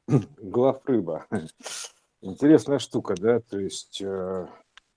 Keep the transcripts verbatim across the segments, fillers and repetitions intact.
Главрыба. Интересная штука, да, то есть э,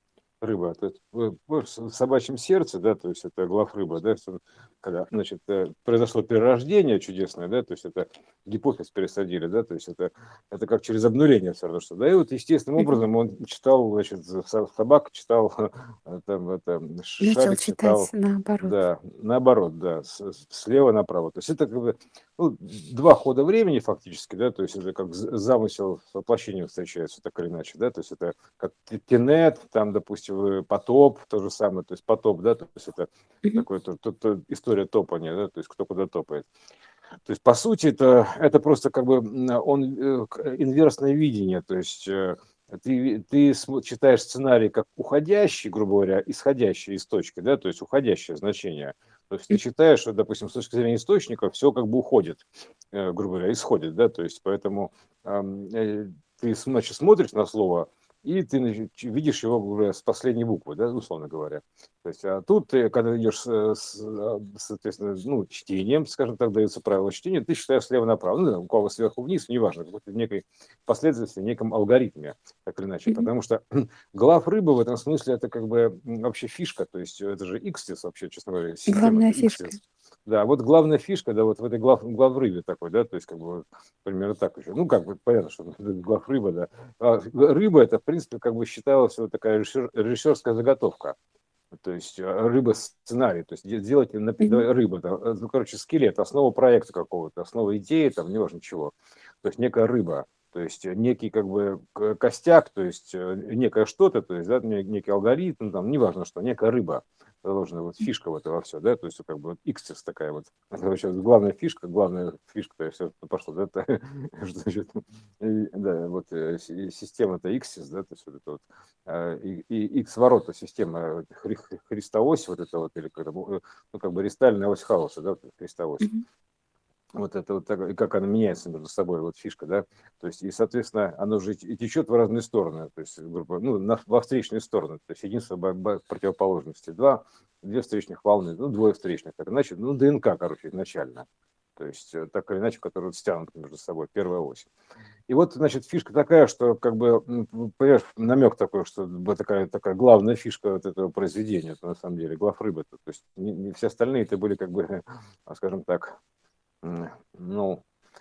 рыба, то есть, в в с собачьем сердце, да, то есть это главрыба, да, с когда, значит, э, произошло перерождение чудесное, да, то есть это гипофиз пересадили, да, то есть это это как через обнуление всё равно что. Да, и вот естественным Мгм. образом он читал, значит, за со собака читал, э, там это, Начал шарик читать читал, наоборот. да, наоборот, да, с с слева направо. То есть это как бы, ну, два хода времени фактически, да, то есть это как з замысел с воплощением встречаются, так или иначе, да, то есть это как т Тенет, там, допустим, э, Потоп, то же самое, то есть потоп, да, то есть это Мгм. такой то то то история топания, да, то есть кто куда топает. То есть, по сути, это это просто как бы, м, он, э, к инверсное видение, то есть, э, ты ви ты смо читаешь сценарий как уходящий, грубо говоря, исходящий из точки, да, то есть уходящее значение. То есть ты М. читаешь, что, допустим, с точки зрения источника всё как бы уходит, э, грубо говоря, исходит, да, то есть поэтому, ам, э, ты, значит, смотришь на слово, и ты, значит, ч видишь его уже с последней буквы, да, условно говоря. То есть, а тут ты, когда идешь с с а, соответственно, ну, чтением, скажем так, даются правила чтения, ты читаешь слева направо, ну, у кого сверху вниз, неважно, в какой-то некой последовательности, неком алгоритме, так или иначе. Мгм. Потому что главрыба в этом смысле это как бы, м, вообще фишка, то есть это же икстис вообще, честно говоря, Главная система-то фишка. икстис. Да, вот главная фишка, да, вот в этой глав главрыбе такой, да, то есть как бы вот примерно так еще. Ну, как бы понятно, что главрыба, да. А, рыба- это, в принципе, как бы считалось вот такая режиссер режиссерская заготовка. То есть, а, рыба-сценарий, то есть де делать напи Мгм. да, рыба, да, э, ну, короче, скелет, основа проекта какого-то, основа идеи, там, неважно чего. То есть некая рыба, то есть некий как бы к костяк, то есть, э, некое что-то, то есть, да, не некий алгоритм, там, неважно что, некая рыба заложена, вот М. фишка в это во всё, да, то есть вот как бы вот икстис такая вот. Короче, главная фишка, главная фишка, то есть это пошло, да, это, что значит, и да, вот, э, си система-то икстис, да, то есть вот это вот, а, и и икс-ворота, система хри Христовось, вот это вот, или как это, ну, как бы рестальная ось хаоса, да, вот Христовось. Мгм. Вот это вот так, и как она меняется между собой, вот фишка, да. То есть и, соответственно, оно же и течет в разные стороны, то есть, грубо говоря, ну, на во встречные стороны. То есть единство б б противоположностей. два две встречных волны, ну, двое встречных, так иначе, ну, ДНК, короче, изначально. То есть, э, так или иначе, которые вот стянуты между собой, первая ось. И вот, значит, фишка такая, что как бы, м, п понимаешь, намек такой, что вот такая такая главная фишка вот этого произведения, это на самом деле главрыба-то. То есть не не все остальные это были как бы, а, скажем так, м, ну,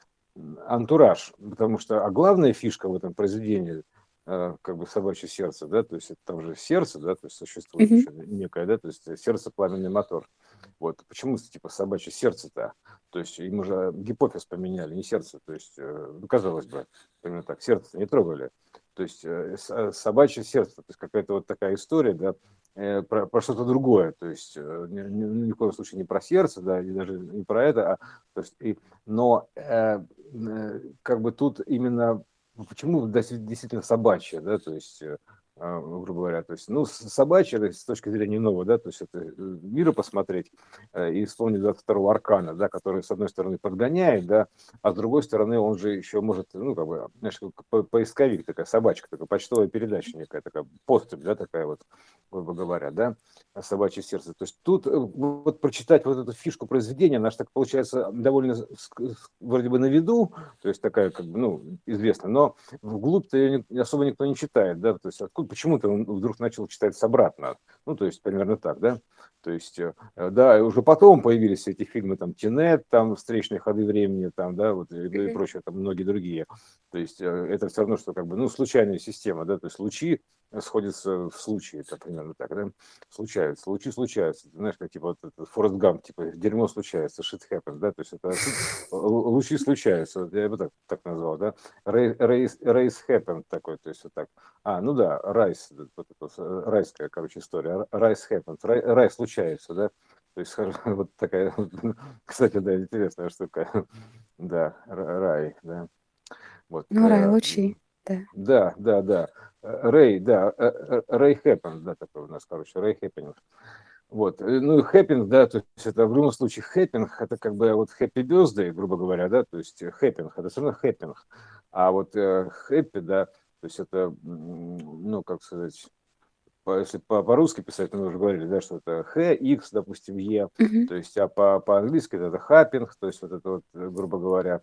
м, антураж. Потому что, а главная фишка в этом произведении, э, как бы "Собачье сердце", да, то есть это там же сердце, да, то есть существует Мгм. еще некое, да, то есть сердце- пламенный мотор. Вот почему типа собачье сердце-то? То есть им уже гипофиз поменяли, не сердце. То есть, э, ну, казалось бы, именно так, сердце не трогали. То есть, э, с собачье сердце, то есть какая-то вот такая история, да, э, про про что-то другое. То есть, э, ни ни ни в коем случае не про сердце, да, и даже не про это, а, то есть и но, э, э, как бы тут именно почему даси действительно собачье, да, то есть, э, а, грубо говоря, то есть, ну, с собачье, то есть с точки зрения иного, да, то есть это, э, мира посмотреть, э, и вспомнить двадцать второго аркана, да, который, с одной стороны, подгоняет, да, а с другой стороны, он же еще может, ну, как бы, знаешь, как по поисковик, такая собачка, такая почтовая передача некая такая, поступь, да, такая вот, грубо говоря, да, "Собачье сердце". То есть тут, э, вот прочитать вот эту фишку произведения, она ж так получается довольно ск ск вроде бы на виду, то есть такая как бы, ну, известная, но вглубь-то ее ни особо никто не читает, да. То есть откуда, почему ты вдруг начал читать с обратно? Ну, то есть примерно так, да. То есть, э, да, и уже потом появились эти фильмы, там, "Тенет", там, "Встречные ходы времени", там, да, вот, и и Мгм. прочее, там, многие другие. То есть, э, это всё равно, что как бы, ну, случайная система, да, то есть лучи сходятся в случае, это примерно так, да, случаются, лучи случаются. Ты знаешь, как типа вот этот Форест Гамп, типа дерьмо случается, shit happens, да, то есть это тут лу лучи случаются, вот я бы так так назвал, да. Рей рейс race happened такой, то есть вот так. А, ну да, райс, вот это вот райская, короче, история. Rise happened, рай рай случается, да. То есть вот такая вот, кстати, да, интересная штука. Да, ра рай, да. Вот, Ну, рай, э, лучи, да. да, да, да. Э, Рей, да, э, э, Ray happened, да, такой у нас, короче, Ray happening. Вот, э, ну и happening, да, то есть это в любом случае happening, это как бы вот happy birthday, грубо говоря, да, то есть happening, это всё равно happening. А вот, э, happy, да, то есть это, м, ну, как сказать, по если по по-русски писать, мы уже говорили, да, что это Х, Икс, допустим, Е, Мгм. то есть, а по по-английски это happing, то есть вот это вот, грубо говоря.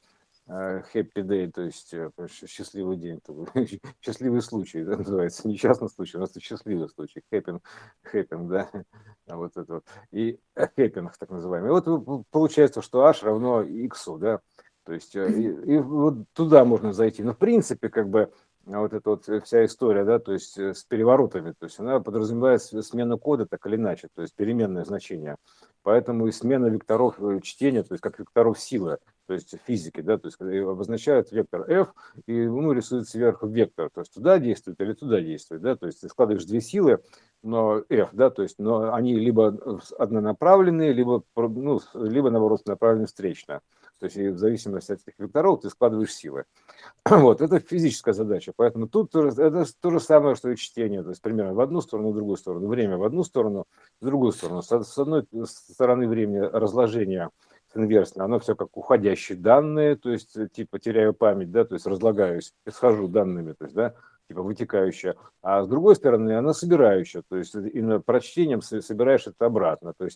happy day, то есть э, счастливый день, счастливый случай, да, называется, несчастный случай, у нас это счастливый случай, happen, happen, да, вот это вот, и happening, так называемый. И вот получается, что h равно x, да, то есть и, и вот туда можно зайти, но в принципе, как бы, вот эта вот вся история, да, то есть с переворотами, то есть она подразумевает смену кода так или иначе, то есть переменное значение. Поэтому и смена векторов чтения, то есть как векторов силы, то есть физики, да, то есть обозначают вектор f, и ему рисует сверху вектор, то есть туда действует или туда действует, да, то есть ты складываешь две силы, но f, да, то есть, но они либо однонаправленные, либо, ну, либо наоборот направлены встречно. То есть в зависимости от этих векторов ты складываешь силы. Вот, это физическая задача. Поэтому тут это то же самое, что и чтение. То есть примерно в одну сторону, в другую сторону. Время в одну сторону, в другую сторону. С одной стороны времени разложения инверсно, оно все как уходящие данные, то есть типа теряю память, да, то есть разлагаюсь, исхожу данными, то есть, да, типа вытекающая. А с другой стороны, она собирающая, то есть именно прочтением собираешь это обратно, то есть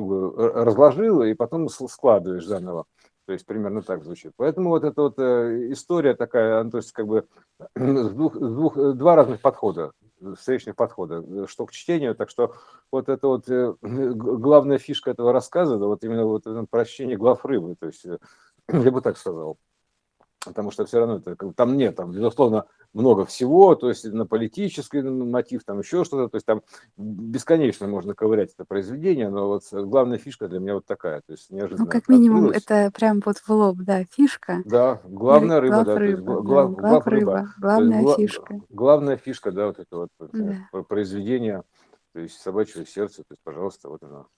разложила и потом складываешь заново. То есть примерно так звучит. Поэтому вот эта вот э, история такая, то есть как бы с двух, с двух, два разных подхода, встречных подхода, что к чтению, так что вот это вот э, главная фишка этого рассказа, да, вот именно вот прочтение глав рыбы, то есть э, я бы так сказал. Потому что все равно это, там нет, там, безусловно, много всего, то есть на политический мотив, там еще что-то, то есть там бесконечно можно ковырять это произведение, но вот главная фишка для меня вот такая, то есть Ну, неожиданно как минимум, открылась. это прям вот в лоб, да, фишка. Да, Или главная рыба, глав да, то есть рыба, да, глав, глав глав рыба, рыба, то есть главная гла- фишка. главная фишка, да, вот это вот Да. произведение, то есть собачье сердце, то есть, пожалуйста, вот оно.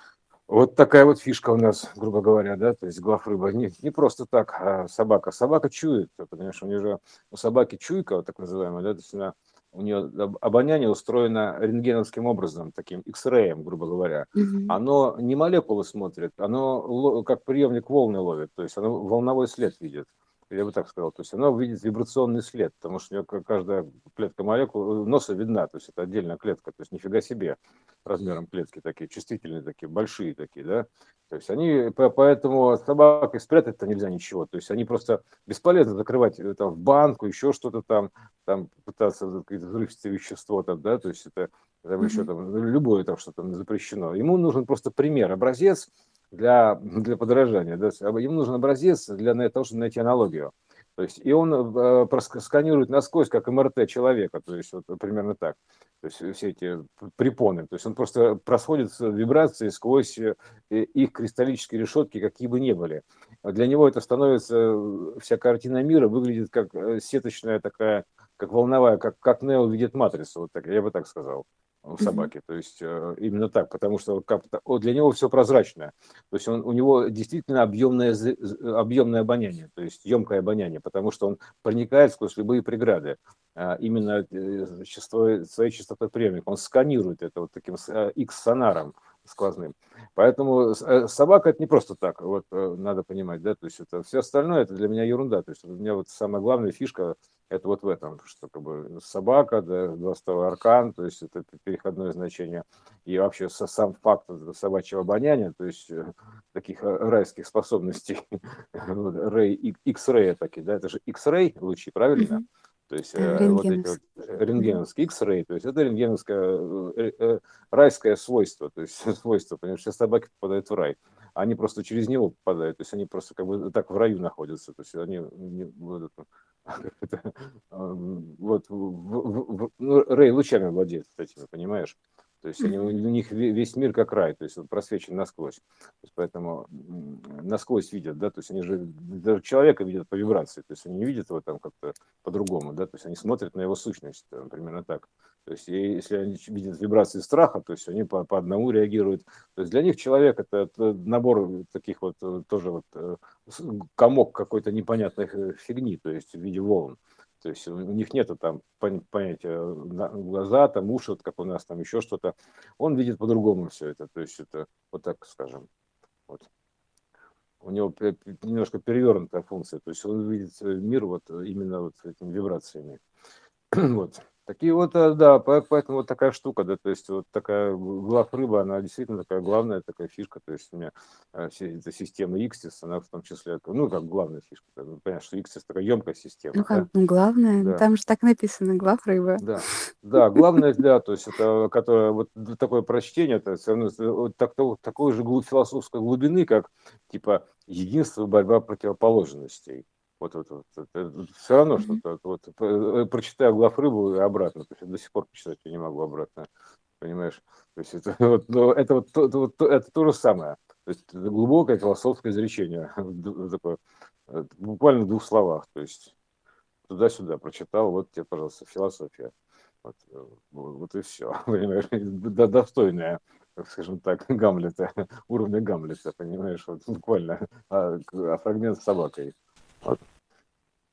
Вот такая вот фишка у нас, грубо говоря, да, то есть глав рыба не, не просто так, а собака. Собака чует, потому что у нее же у собаки чуйка, вот так называемая, да, то есть она, у нее обоняние устроено рентгеновским образом, таким X-ray, грубо говоря. Мгм. Оно не молекулы смотрит, оно как приемник волны ловит, то есть оно волновой след видит. Я бы так сказал, то есть оно видит вибрационный след, потому что у нее каждая клетка молекул носа видна, то есть это отдельная клетка, то есть нифига себе размером клетки такие, чувствительные такие, большие такие, да. То есть они, поэтому от собак и спрятать-то нельзя ничего. То есть они просто бесполезно закрывать это в банку, еще что-то там, там пытаться какое-то взрывчатое вещество там, да, то есть это там еще Мгм. там любое там что-то запрещено. Ему нужен просто пример, образец для, для подражания. Да? Ему нужен образец для того, чтобы найти аналогию. То есть, и он э, просканирует насквозь, как эм эр тэ человека, то есть вот примерно так. То есть все эти препоны. То есть он просто происходит вибрации сквозь э, их кристаллические решетки, какие бы ни были. Для него это становится, э, вся картина мира выглядит как э, сеточная такая, как волновая, как, как Нео видит матрицу, вот так, я бы так сказал, у Мгм. собаки. То есть э, именно так, потому что как, для него все прозрачное. То есть он, у него действительно объемное, объемное обоняние, то есть емкое обоняние, потому что он проникает сквозь любые преграды. А, именно э, частотой, своей частотой приемника. Он сканирует это вот таким X-сонаром сквозным. Поэтому э, собака это не просто так, вот э, надо понимать, да, то есть это все остальное это для меня ерунда. То есть у меня вот самая главная фишка это вот в этом, что как бы собака, да, двадцатый аркан, то есть это переходное значение, и вообще сам факт собачьего обоняния, то есть э, таких э, райских способностей, Рэй, X-ray такие, да, это же X-ray лучи, правильно? Мгм. То есть Да, э, вот эти вот рентгеновский. Мгм. рентгеновские X-ray, то есть это рентгеновское э, э, райское свойство, то есть свойство, потому что все собаки попадают в рай, они просто через него попадают, то есть они просто как бы так в раю находятся, то есть они не, вот, это, вот в, в, в, ну, Рэй лучами владеет этими, понимаешь? То есть они, у Мгм. них весь мир как рай, то есть он просвечен насквозь. То есть поэтому насквозь видят, да, то есть они же даже человека видят по вибрации, то есть они не видят его там как-то по-другому, да, то есть они смотрят на его сущность, там, примерно так. То есть если они видят вибрации страха, то есть они по, по одному реагируют. То есть для них человек это, это набор таких вот тоже вот комок какой-то непонятной фигни, то есть в виде волн. То есть у них нету там понятия глаза, там уши, вот как у нас там еще что-то. Он видит по-другому все это. То есть это вот так скажем. Вот. У него немножко перевернутая функция. То есть он видит мир вот именно вот этими вибрациями. Вот. Такие вот, э, да, по- поэтому вот такая штука, да, то есть вот такая глав рыба, она действительно такая главная такая фишка, то есть у меня э, все эта система Иксис, она в том числе, ну, как главная фишка, да, ну, понятно, что Иксис такая емкая Ну система, как, да, ну главное, ну да, там же так написано, глав рыба. да, да, главное, да, то есть это, которое, вот д- такое прочтение, это все равно это вот так- то- такой же глуб- философской глубины, как, типа, единство, борьба противоположностей. Вот, вот, вот, это все равно Мгм. что-то, вот, э, прочитаю глав рыбу и обратно, то есть я до сих пор почитать я не могу обратно, понимаешь? То есть это вот, ну, это вот, то, то- то- это то же самое, то есть это глубокое философское изречение, д- такое, э, буквально в двух словах, то есть туда-сюда прочитал, вот тебе, пожалуйста, философия. Вот, э, вот, вот и все. Понимаешь, да, достойная, так скажем так, Гамлета, уровня Гамлета, понимаешь, вот буквально, а, к- а фрагмент с собакой. Вот.